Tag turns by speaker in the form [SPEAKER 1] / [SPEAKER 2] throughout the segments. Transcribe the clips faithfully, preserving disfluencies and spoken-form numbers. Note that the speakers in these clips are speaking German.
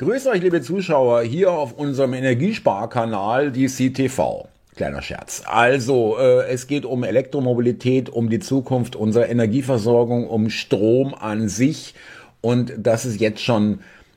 [SPEAKER 1] Grüßt euch, liebe Zuschauer, hier auf unserem Energiesparkanal D C T V. Kleiner Scherz. Also, äh, es geht um Elektromobilität, um die Zukunft unserer Energieversorgung, um Strom an sich und dass es jetzt schon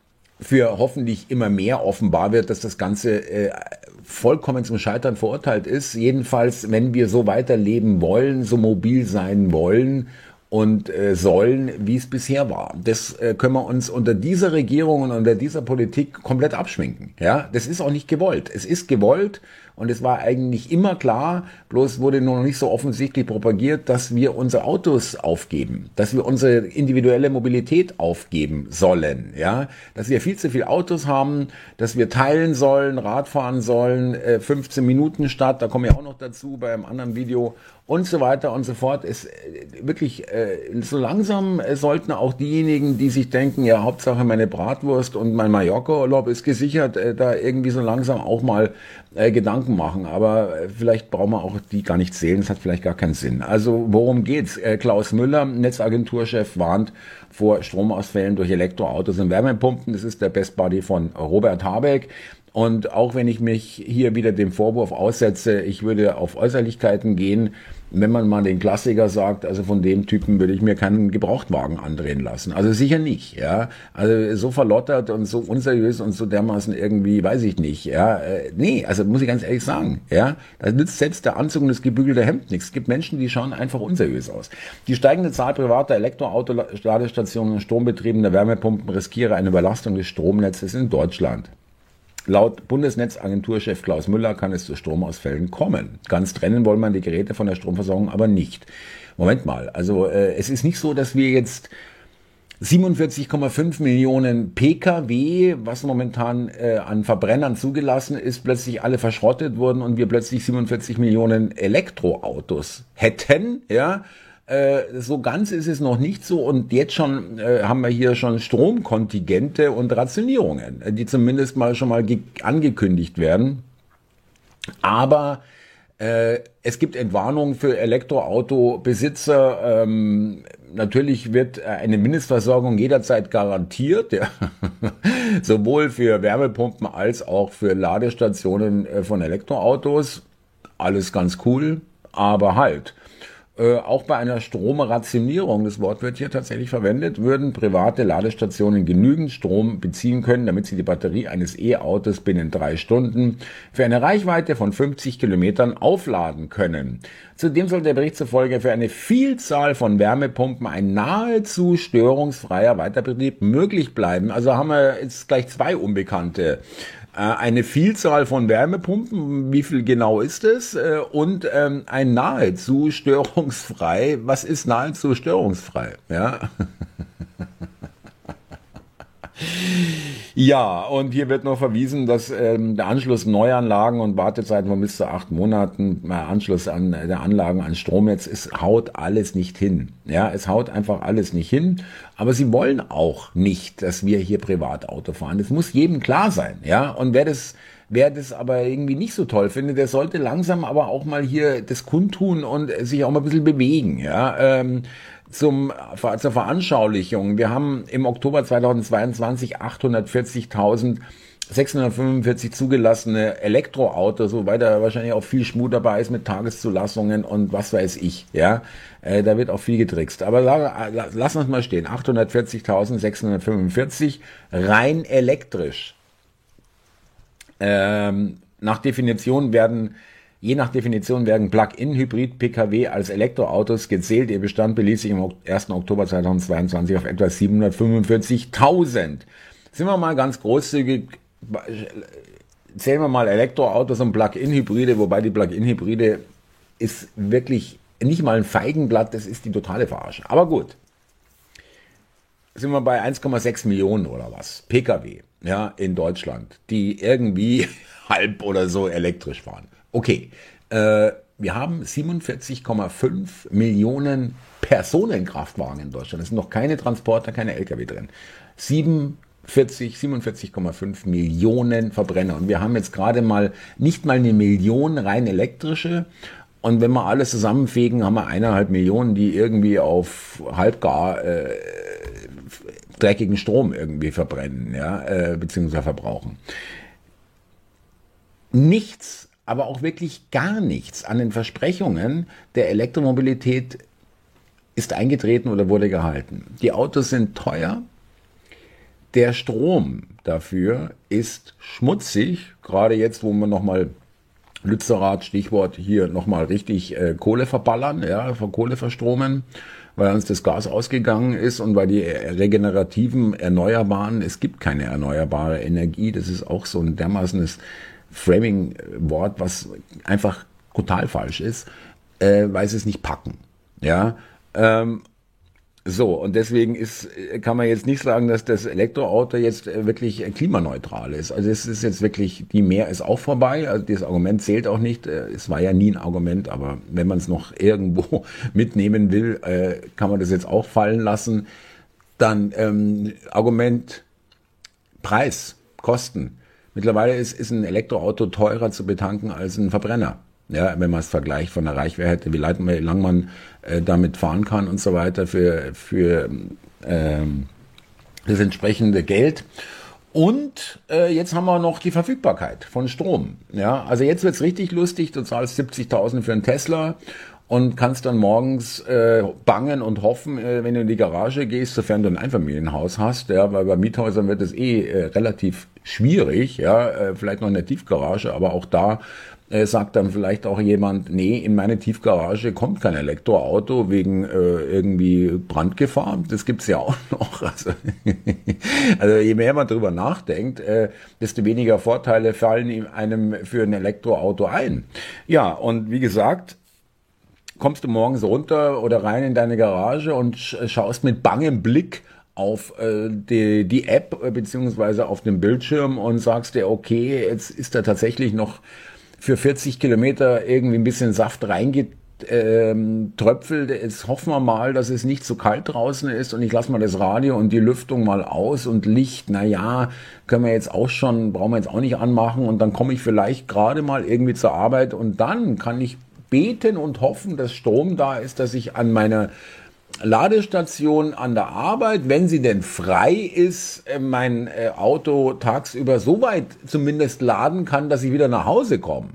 [SPEAKER 1] für hoffentlich immer mehr offenbar wird, dass das Ganze äh, vollkommen zum Scheitern verurteilt ist. Jedenfalls, wenn wir so weiterleben wollen, so mobil sein wollen und äh, sollen, wie es bisher war. Das äh, können wir uns unter dieser Regierung und unter dieser Politik komplett abschminken. Ja, das ist auch nicht gewollt. Es ist gewollt und es war eigentlich immer klar, bloß wurde nur noch nicht so offensichtlich propagiert, dass wir unsere Autos aufgeben, dass wir unsere individuelle Mobilität aufgeben sollen. Ja, dass wir viel zu viele Autos haben, dass wir teilen sollen, Radfahren sollen, äh, fünfzehn Minuten statt, da komme ich auch noch dazu bei einem anderen Video und so weiter und so fort. Ist wirklich äh, so langsam äh, sollten auch diejenigen, die sich denken, ja, Hauptsache meine Bratwurst und mein Mallorca-Urlaub ist gesichert, äh, da irgendwie so langsam auch mal äh, Gedanken machen. Aber äh, vielleicht brauchen wir auch die gar nicht zählen, das hat vielleicht gar keinen Sinn. Also worum geht's? Äh, Klaus Müller, Netzagenturchef, warnt vor Stromausfällen durch Elektroautos und Wärmepumpen. Das ist der Best Buddy von Robert Habeck. Und auch wenn ich mich hier wieder dem Vorwurf aussetze, ich würde auf Äußerlichkeiten gehen, wenn man mal den Klassiker sagt, also von dem Typen würde ich mir keinen Gebrauchtwagen andrehen lassen. Also sicher nicht, ja. Also so verlottert und so unseriös und so dermaßen irgendwie, weiß ich nicht, ja. Nee, also muss ich ganz ehrlich sagen, ja. Da nützt selbst der Anzug und das gebügelte Hemd nichts. Es gibt Menschen, die schauen einfach unseriös aus. Die steigende Zahl privater Elektroauto-Ladestationen und strombetriebener Wärmepumpen riskiere eine Überlastung des Stromnetzes in Deutschland. Laut Bundesnetzagenturchef Klaus Müller kann es zu Stromausfällen kommen. Ganz trennen wollen man die Geräte von der Stromversorgung aber nicht. Moment mal, also äh, es ist nicht so, dass wir jetzt siebenundvierzig Komma fünf Millionen Pkw, was momentan äh, an Verbrennern zugelassen ist, plötzlich alle verschrottet wurden und wir plötzlich siebenundvierzig Millionen Elektroautos hätten, ja. Äh, so ganz ist es noch nicht so und jetzt schon äh, haben wir hier schon Stromkontingente und Rationierungen, die zumindest mal schon mal angekündigt werden. Aber äh, es gibt Entwarnungen für Elektroautobesitzer. Ähm, natürlich wird eine Mindestversorgung jederzeit garantiert, ja. Sowohl für Wärmepumpen als auch für Ladestationen äh, von Elektroautos. Alles ganz cool, aber halt. Äh, auch bei einer Stromrationierung, das Wort wird hier tatsächlich verwendet, würden private Ladestationen genügend Strom beziehen können, damit sie die Batterie eines E-Autos binnen drei Stunden für eine Reichweite von fünfzig Kilometern aufladen können. Zudem soll der Bericht zufolge für eine Vielzahl von Wärmepumpen ein nahezu störungsfreier Weiterbetrieb möglich bleiben. Also haben wir jetzt gleich zwei Unbekannte. Eine Vielzahl von Wärmepumpen, wie viel genau ist es? Und ähm, ein nahezu störungsfrei. Was ist nahezu störungsfrei? Ja. Ja, und hier wird noch verwiesen, dass ähm, der Anschluss Neuanlagen und Wartezeiten von bis zu acht Monaten, äh, Anschluss an äh, der Anlagen an Stromnetz, es haut alles nicht hin. Ja, es haut einfach alles nicht hin. Aber sie wollen auch nicht, dass wir hier Privatauto fahren. Das muss jedem klar sein. Ja, und wer das Wer das aber irgendwie nicht so toll findet, der sollte langsam aber auch mal hier das kundtun und sich auch mal ein bisschen bewegen. Ja, ähm, zum, zur Veranschaulichung. Wir haben im Oktober zweitausendzweiundzwanzig achthundertvierzigtausendsechshundertfünfundvierzig zugelassene Elektroautos, wobei da wahrscheinlich auch viel Schmuh dabei ist mit Tageszulassungen und was weiß ich. Ja, äh, da wird auch viel getrickst. Aber la, la, lass uns mal stehen. achthundertvierzigtausendsechshundertfünfundvierzig rein elektrisch. Ähm, nach Definition werden, je nach Definition werden Plug-in-Hybrid-Pkw als Elektroautos gezählt. Ihr Bestand beließ sich am ersten Oktober zweitausendzweiundzwanzig auf etwa siebenhundertfünfundvierzigtausend. Sind wir mal ganz großzügig, zählen wir mal Elektroautos und Plug-in-Hybride, wobei die Plug-in-Hybride ist wirklich nicht mal ein Feigenblatt, das ist die totale Verarsche. Aber gut. Sind wir bei eins Komma sechs Millionen oder was, Pkw, ja, in Deutschland, die irgendwie halb oder so elektrisch fahren. Okay, äh, wir haben siebenundvierzig Komma fünf Millionen Personenkraftwagen in Deutschland. Es sind noch keine Transporter, keine L K W drin. siebenundvierzig, siebenundvierzig Komma fünf Millionen Verbrenner. Und wir haben jetzt gerade mal nicht mal eine Million rein elektrische. Und wenn wir alles zusammenfegen, haben wir eineinhalb Millionen, die irgendwie auf halbgar äh, dreckigen Strom irgendwie verbrennen, ja, äh, beziehungsweise verbrauchen. Nichts, aber auch wirklich gar nichts an den Versprechungen der Elektromobilität ist eingetreten oder wurde gehalten. Die Autos sind teuer. Der Strom dafür ist schmutzig, gerade jetzt, wo wir nochmal Lützerath, Stichwort, hier nochmal richtig äh, Kohle verballern, ja, von Kohle verstromen, weil uns das Gas ausgegangen ist und weil die regenerativen, erneuerbaren, es gibt keine erneuerbare Energie, das ist auch so ein dermaßenes Framing-Wort, was einfach total falsch ist, äh, weil sie es nicht packen, ja, ähm, so, und deswegen ist, kann man jetzt nicht sagen, dass das Elektroauto jetzt wirklich klimaneutral ist. Also es ist jetzt wirklich, die Mehr ist auch vorbei, also das Argument zählt auch nicht. Es war ja nie ein Argument, aber wenn man es noch irgendwo mitnehmen will, kann man das jetzt auch fallen lassen. Dann ähm, Argument Preis, Kosten. Mittlerweile ist, ist ein Elektroauto teurer zu betanken als ein Verbrenner. Ja, wenn man es vergleicht von der Reichweite, wie lang man, wie lang man äh, damit fahren kann und so weiter für, für ähm, das entsprechende Geld. Und äh, jetzt haben wir noch die Verfügbarkeit von Strom. Ja, also jetzt wird's richtig lustig. Du zahlst siebzigtausend für einen Tesla und kannst dann morgens äh, bangen und hoffen, äh, wenn du in die Garage gehst, sofern du ein Einfamilienhaus hast. Ja, weil bei Miethäusern wird es eh äh, relativ schwierig. Ja, äh, vielleicht noch eine Tiefgarage, aber auch da äh, sagt dann vielleicht auch jemand, nee, in meine Tiefgarage kommt kein Elektroauto wegen äh, irgendwie Brandgefahr. Das gibt's ja auch noch. Also, also je mehr man drüber nachdenkt, äh, desto weniger Vorteile fallen einem für ein Elektroauto ein. Ja, und wie gesagt, kommst du morgens runter oder rein in deine Garage und schaust mit bangem Blick auf äh, die, die App äh, beziehungsweise auf den Bildschirm und sagst dir, okay, jetzt ist da tatsächlich noch für vierzig Kilometer irgendwie ein bisschen Saft reingetröpfelt. Jetzt hoffen wir mal, dass es nicht zu kalt draußen ist und ich lasse mal das Radio und die Lüftung mal aus und Licht, na ja, können wir jetzt auch schon, brauchen wir jetzt auch nicht anmachen und dann komme ich vielleicht gerade mal irgendwie zur Arbeit und dann kann ich beten und hoffen, dass Strom da ist, dass ich an meiner Ladestation an der Arbeit, wenn sie denn frei ist, mein Auto tagsüber so weit zumindest laden kann, dass ich wieder nach Hause komme.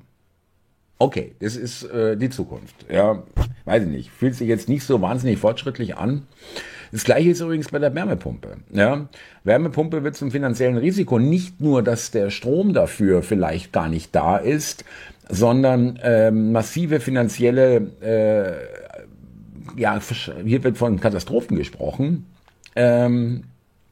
[SPEAKER 1] Okay, das ist äh, die Zukunft. Ja, weiß ich nicht. Fühlt sich jetzt nicht so wahnsinnig fortschrittlich an. Das Gleiche ist übrigens bei der Wärmepumpe. Ja, Wärmepumpe wird zum finanziellen Risiko. Nicht nur, dass der Strom dafür vielleicht gar nicht da ist, sondern äh, massive finanzielle äh, ja, hier wird von Katastrophen gesprochen, ähm,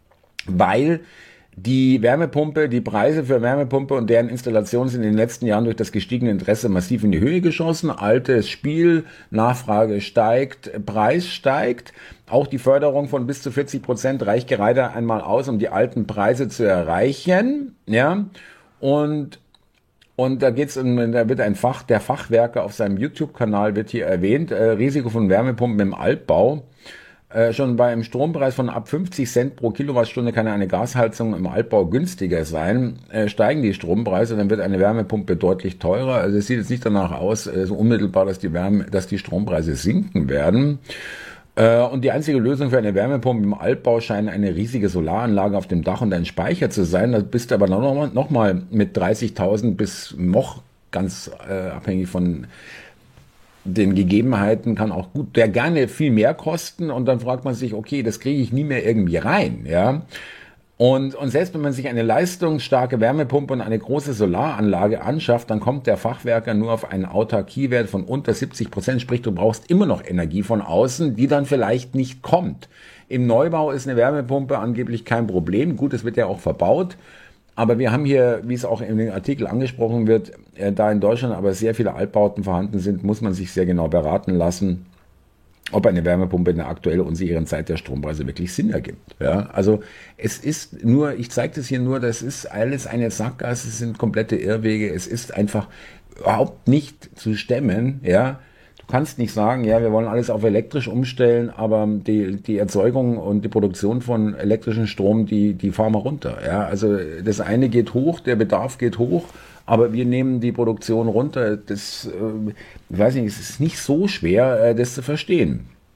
[SPEAKER 1] weil die Wärmepumpe, die Preise für Wärmepumpe und deren Installation sind in den letzten Jahren durch das gestiegene Interesse massiv in die Höhe geschossen. Altes Spiel, Nachfrage steigt, Preis steigt. Auch die Förderung von bis zu vierzig Prozent reicht gerade einmal aus, um die alten Preise zu erreichen. Ja, und Und da geht's, da wird ein Fach, der Fachwerker auf seinem YouTube-Kanal wird hier erwähnt, äh, Risiko von Wärmepumpen im Altbau. Äh, schon bei einem Strompreis von ab fünfzig Cent pro Kilowattstunde kann eine Gasheizung im Altbau günstiger sein. Äh, steigen die Strompreise, dann wird eine Wärmepumpe deutlich teurer. Also es sieht jetzt nicht danach aus, äh, so unmittelbar, dass die Wärme, dass die Strompreise sinken werden. Und die einzige Lösung für eine Wärmepumpe im Altbau scheint eine riesige Solaranlage auf dem Dach und ein Speicher zu sein. Da bist du aber noch mal, noch mal mit dreißigtausend bis noch, ganz äh, abhängig von den Gegebenheiten, kann auch gut, der gerne viel mehr kosten. Und dann fragt man sich, okay, das kriege ich nie mehr irgendwie rein, ja. Und, und selbst wenn man sich eine leistungsstarke Wärmepumpe und eine große Solaranlage anschafft, dann kommt der Fachwerker nur auf einen Autarkiewert von unter siebzig Prozent. Sprich, du brauchst immer noch Energie von außen, die dann vielleicht nicht kommt. Im Neubau ist eine Wärmepumpe angeblich kein Problem. Gut, es wird ja auch verbaut. Aber wir haben hier, wie es auch in dem Artikel angesprochen wird, äh, da in Deutschland aber sehr viele Altbauten vorhanden sind, muss man sich sehr genau beraten lassen, ob eine Wärmepumpe in der aktuell unsicheren Zeit der Strompreise wirklich Sinn ergibt. Ja, also es ist nur, ich zeige das hier nur, das ist alles eine Sackgasse, es sind komplette Irrwege, es ist einfach überhaupt nicht zu stemmen. Ja, du kannst nicht sagen, ja, wir wollen alles auf elektrisch umstellen, aber die die Erzeugung und die Produktion von elektrischen Strom, die die fahren wir runter. Ja, also das eine geht hoch, der Bedarf geht hoch. Aber wir nehmen die Produktion runter. Das, äh, ich weiß nicht, es ist nicht so schwer, äh, das zu verstehen.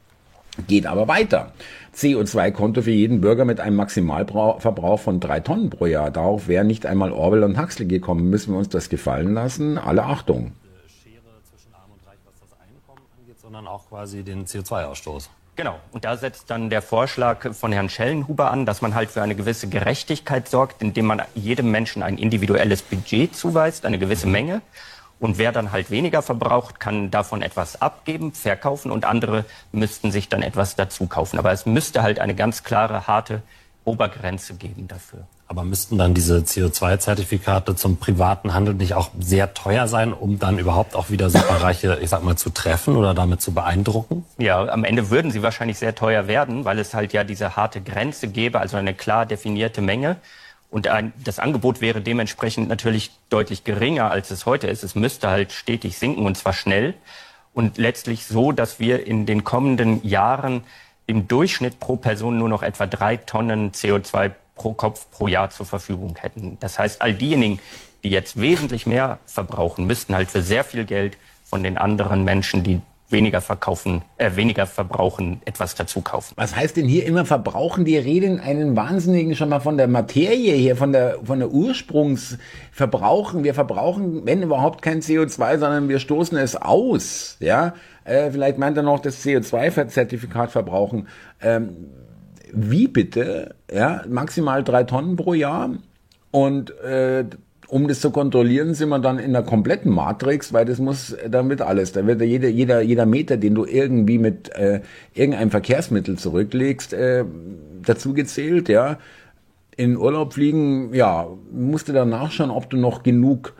[SPEAKER 1] Geht aber weiter. C O zwei Konto für jeden Bürger mit einem Maximalverbrauch von drei Tonnen pro Jahr. Darauf wären nicht einmal Orwell und Huxley gekommen. Müssen wir uns das gefallen lassen? Alle Achtung.
[SPEAKER 2] Schere zwischen Arm und Reich, was das Einkommen angeht, sondern auch quasi den C O zwei Ausstoß.
[SPEAKER 3] Genau, und da setzt dann der Vorschlag von Herrn Schellenhuber an, dass man halt für eine gewisse Gerechtigkeit sorgt, indem man jedem Menschen ein individuelles Budget zuweist, eine gewisse Menge. Und wer dann halt weniger verbraucht, kann davon etwas abgeben, verkaufen und andere müssten sich dann etwas dazu kaufen. Aber es müsste halt eine ganz klare, harte Obergrenze geben dafür.
[SPEAKER 2] Aber müssten dann diese C O zwei Zertifikate zum privaten Handel nicht auch sehr teuer sein, um dann überhaupt auch wieder Superreiche, ich sag mal, zu treffen oder damit zu beeindrucken?
[SPEAKER 3] Ja, am Ende würden sie wahrscheinlich sehr teuer werden, weil es halt ja diese harte Grenze gäbe, also eine klar definierte Menge. Und ein, das Angebot wäre dementsprechend natürlich deutlich geringer, als es heute ist. Es müsste halt stetig sinken und zwar schnell. Und letztlich so, dass wir in den kommenden Jahren im Durchschnitt pro Person nur noch etwa drei Tonnen C O zwei pro Kopf pro Jahr zur Verfügung hätten. Das heißt, all diejenigen, die jetzt wesentlich mehr verbrauchen, müssten halt für sehr viel Geld von den anderen Menschen, die weniger verkaufen, äh, weniger verbrauchen, etwas dazu kaufen.
[SPEAKER 1] Was heißt denn hier immer verbrauchen? Die reden einen Wahnsinnigen schon mal von der Materie hier, von der, von der Ursprungsverbrauchen. Wir verbrauchen, wenn überhaupt, kein C O zwei, sondern wir stoßen es aus, ja. Äh, vielleicht meint er noch das C O zwei Zertifikat verbrauchen. Ähm, wie bitte? Ja, maximal drei Tonnen pro Jahr und, äh, um das zu kontrollieren, sind wir dann in der kompletten Matrix, weil das muss damit alles. Da wird jeder, jeder, jeder Meter, den du irgendwie mit äh, irgendeinem Verkehrsmittel zurücklegst, äh, dazu gezählt, ja. In Urlaub fliegen, ja, musst du dann nachschauen, ob du noch genug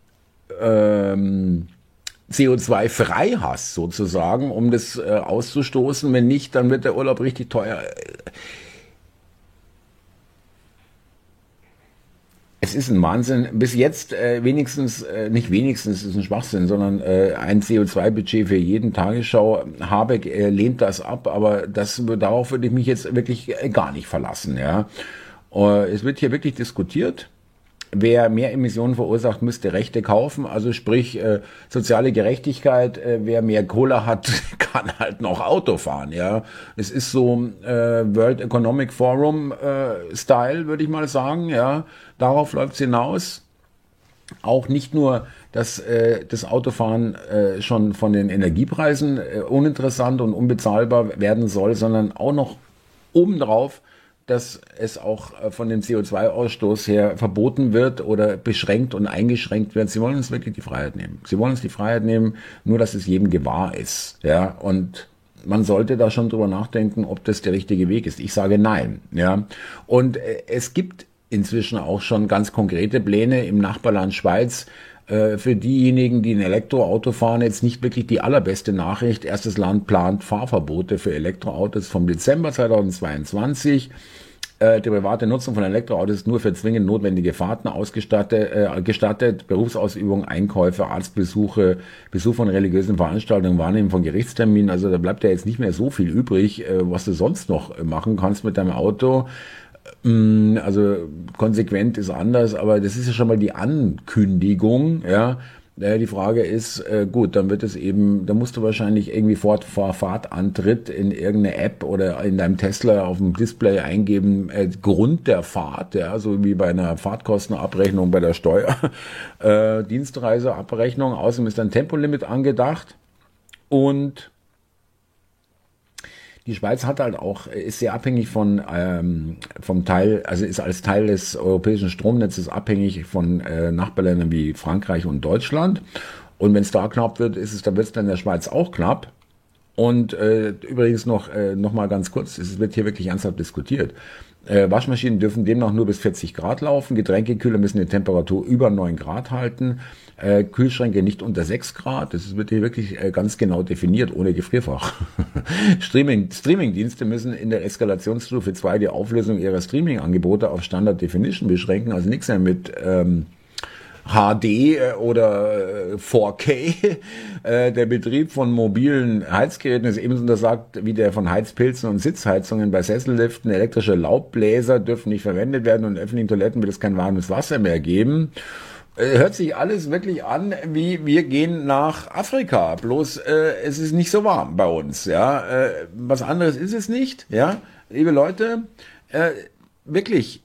[SPEAKER 1] ähm, C O zwei frei hast, sozusagen, um das äh, auszustoßen. Wenn nicht, dann wird der Urlaub richtig teuer. Es ist ein Wahnsinn. Bis jetzt äh, wenigstens, äh, nicht wenigstens, es ist ein Schwachsinn, sondern äh, ein C O zwei Budget für jeden. Tagesschau. Habeck äh, lehnt das ab, aber das, darauf würde ich mich jetzt wirklich äh, gar nicht verlassen. Ja, äh, es wird hier wirklich diskutiert. Wer mehr Emissionen verursacht, müsste Rechte kaufen. Also sprich, äh, soziale Gerechtigkeit. Äh, wer mehr Kohle hat, kann halt noch Auto fahren. Ja, es ist so äh, World Economic Forum äh, Style, würde ich mal sagen. Ja, darauf läuft's hinaus. Auch nicht nur, dass äh, das Autofahren äh, schon von den Energiepreisen äh, uninteressant und unbezahlbar werden soll, sondern auch noch obendrauf, dass es auch von dem C O zwei Ausstoß her verboten wird oder beschränkt und eingeschränkt wird. Sie wollen uns wirklich die Freiheit nehmen. Sie wollen uns die Freiheit nehmen, nur dass es jedem gewahr ist. Ja, und man sollte da schon drüber nachdenken, ob das der richtige Weg ist. Ich sage nein. Ja, und es gibt inzwischen auch schon ganz konkrete Pläne im Nachbarland Schweiz. Für diejenigen, die ein Elektroauto fahren, jetzt nicht wirklich die allerbeste Nachricht. Erstes Land plant Fahrverbote für Elektroautos vom Dezember zweitausendzweiundzwanzig. Äh, die private Nutzung von Elektroautos ist nur für zwingend notwendige Fahrten ausgestattet, äh, gestattet. Berufsausübung, Einkäufe, Arztbesuche, Besuch von religiösen Veranstaltungen, Wahrnehmen von Gerichtsterminen. Also da bleibt ja jetzt nicht mehr so viel übrig, äh, was du sonst noch machen kannst mit deinem Auto. Also konsequent ist anders, aber das ist ja schon mal die Ankündigung, ja. Die Frage ist, äh, gut, dann wird es eben, da musst du wahrscheinlich irgendwie vor, vor Fahrtantritt in irgendeine App oder in deinem Tesla auf dem Display eingeben, äh, Grund der Fahrt, ja, so wie bei einer Fahrtkostenabrechnung bei der Steuer, äh, Dienstreiseabrechnung. Außerdem ist ein Tempolimit angedacht und die Schweiz hat halt auch, ist sehr abhängig von, ähm, vom Teil, also ist als Teil des europäischen Stromnetzes abhängig von äh, Nachbarländern wie Frankreich und Deutschland. Und wenn es da knapp wird, ist es, da wird es dann in der Schweiz auch knapp. Und äh, übrigens noch, äh, noch mal ganz kurz, es wird hier wirklich ernsthaft diskutiert. Äh, Waschmaschinen dürfen demnach nur bis vierzig Grad laufen. Getränkekühler müssen die Temperatur über neun Grad halten. Äh, Kühlschränke nicht unter sechs Grad. Das wird hier wirklich äh, ganz genau definiert, ohne Gefrierfach. Streaming, Streamingdienste müssen in der Eskalationsstufe zwei die Auflösung ihrer Streaming-Angebote auf Standard Definition beschränken. Also nichts mehr mit ähm, H D oder vier K. Der Betrieb von mobilen Heizgeräten ist ebenso untersagt wie der von Heizpilzen und Sitzheizungen bei Sesselliften. Elektrische Laubbläser dürfen nicht verwendet werden und in öffentlichen Toiletten wird es kein warmes Wasser mehr geben. Hört sich alles wirklich an, wie wir gehen nach Afrika. Bloß äh, es ist nicht so warm bei uns. Ja, äh, was anderes ist es nicht. Ja, liebe Leute, äh, wirklich.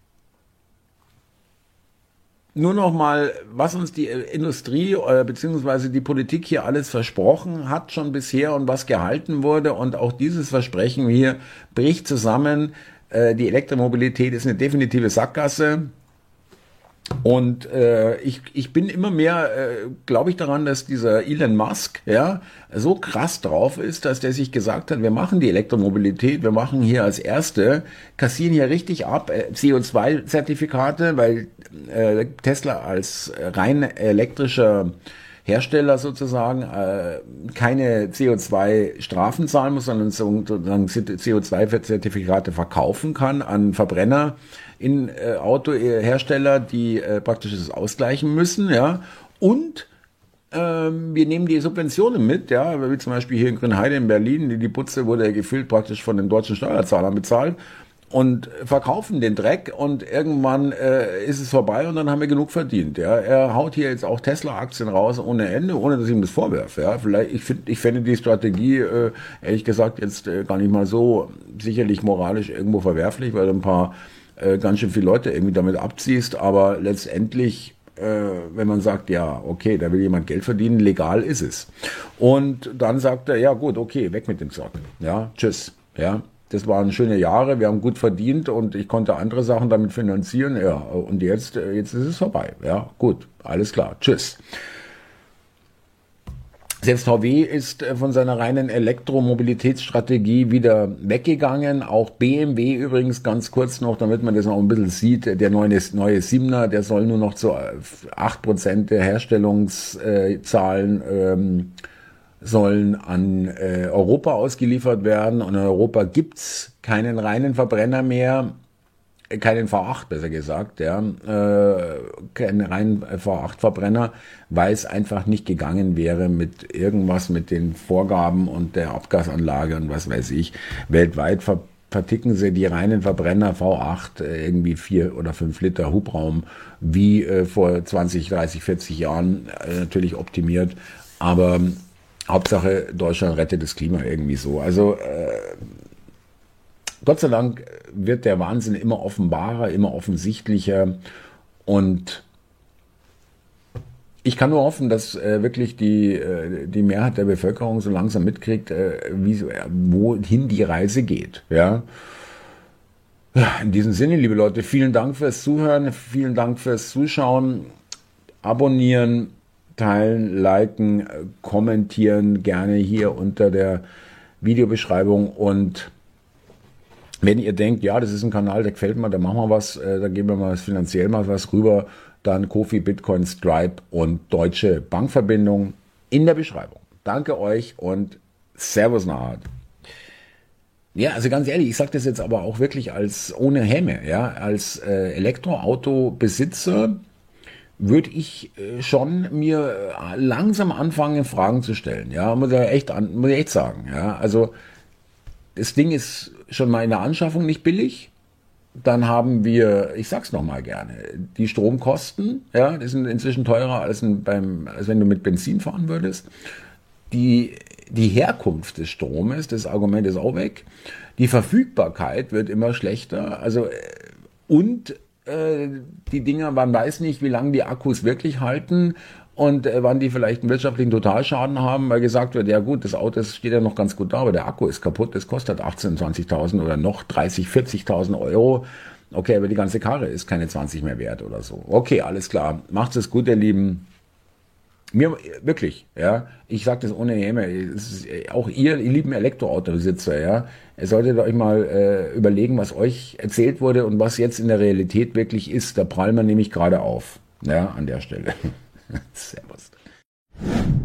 [SPEAKER 1] Nur noch mal, was uns die Industrie äh, beziehungsweise die Politik hier alles versprochen hat schon bisher und was gehalten wurde, und auch dieses Versprechen hier bricht zusammen. Äh, die Elektromobilität ist eine definitive Sackgasse. Und äh, ich, ich bin immer mehr, äh, glaube ich daran, dass dieser Elon Musk ja so krass drauf ist, dass der sich gesagt hat, wir machen die Elektromobilität, wir machen hier als Erste, kassieren hier richtig ab äh, C O zwei Zertifikate, weil äh, Tesla als rein elektrischer Hersteller sozusagen äh, keine C O zwei Strafen zahlen muss, sondern sozusagen C O zwei Zertifikate verkaufen kann an Verbrenner in äh, Autohersteller, die äh, praktisch das ausgleichen müssen, ja, und ähm, wir nehmen die Subventionen mit, ja, wie zum Beispiel hier in Grünheide in Berlin, die, die Putze wurde ja gefühlt praktisch von den deutschen Steuerzahlern bezahlt, und verkaufen den Dreck, und irgendwann äh, ist es vorbei und dann haben wir genug verdient. Ja, er haut hier jetzt auch Tesla-Aktien raus ohne Ende, ohne dass ich ihm das vorwerfe. Ja, vielleicht ich finde, ich fände die Strategie äh, ehrlich gesagt jetzt äh, gar nicht mal so sicherlich moralisch irgendwo verwerflich, weil du ein paar äh, ganz schön viele Leute irgendwie damit abziehst. Aber letztendlich, äh, wenn man sagt, ja, okay, da will jemand Geld verdienen, legal ist es. Und dann sagt er, ja gut, okay, weg mit dem Zeug. Ja, tschüss. Ja. Das waren schöne Jahre, wir haben gut verdient und ich konnte andere Sachen damit finanzieren. Ja, und jetzt, jetzt ist es vorbei. Ja, gut, alles klar. Tschüss. Selbst V W ist von seiner reinen Elektromobilitätsstrategie wieder weggegangen. Auch B M W übrigens, ganz kurz noch, damit man das noch ein bisschen sieht. Der neue, neue Siebener, der soll nur noch zu acht Prozent der Herstellungszahlen ähm, sollen an äh, Europa ausgeliefert werden, und in Europa gibt's keinen reinen Verbrenner mehr, äh, keinen V acht besser gesagt, ja, äh, keinen reinen V acht Verbrenner, weil es einfach nicht gegangen wäre mit irgendwas mit den Vorgaben und der Abgasanlage und was weiß ich. Weltweit ver verticken sie die reinen Verbrenner V acht äh, irgendwie vier oder fünf Liter Hubraum wie äh, vor zwanzig, dreißig, vierzig Jahren, äh, natürlich optimiert, aber Hauptsache, Deutschland rettet das Klima irgendwie so. Also äh, Gott sei Dank wird der Wahnsinn immer offenbarer, immer offensichtlicher, und ich kann nur hoffen, dass äh, wirklich die, äh, die Mehrheit der Bevölkerung so langsam mitkriegt, äh, wie, äh, wohin die Reise geht. Ja? Ja, in diesem Sinne, liebe Leute, vielen Dank fürs Zuhören, vielen Dank fürs Zuschauen, abonnieren, teilen, liken, kommentieren gerne hier unter der Videobeschreibung, und wenn ihr denkt, ja, das ist ein Kanal, der gefällt mir, da machen wir was, äh, da geben wir mal finanziell mal was rüber, dann Kofi, Bitcoin, Stripe und Deutsche Bankverbindung in der Beschreibung. Danke euch und Servus Naht. Ja, also ganz ehrlich, ich sage das jetzt aber auch wirklich als ohne Häme, ja, als äh, Elektroautobesitzer würde ich schon mir langsam anfangen, Fragen zu stellen. Ja, muss ich echt, an, muss ich echt sagen. Ja, also das Ding ist schon mal in der Anschaffung nicht billig. Dann haben wir, ich sag's noch mal gerne, die Stromkosten. Ja, die sind inzwischen teurer als, ein, beim, als wenn du mit Benzin fahren würdest. Die, die Herkunft des Stromes, das Argument ist auch weg. Die Verfügbarkeit wird immer schlechter. Also und die Dinger, man weiß nicht, wie lange die Akkus wirklich halten und äh, wann die vielleicht einen wirtschaftlichen Totalschaden haben, weil gesagt wird, ja gut, das Auto steht ja noch ganz gut da, aber der Akku ist kaputt, das kostet achtzehntausend, zwanzigtausend oder noch dreißig, vierzigtausend Euro. Okay, aber die ganze Karre ist keine zwanzig mehr wert oder so. Okay, alles klar. Macht's es gut, ihr Lieben. Mir, wirklich, ja, ich sage das ohne Häme, auch ihr, ihr lieben Elektroautobesitzer, ja, ihr solltet euch mal äh, überlegen, was euch erzählt wurde und was jetzt in der Realität wirklich ist. Da prallen wir nämlich gerade auf, ja, an der Stelle. Servus.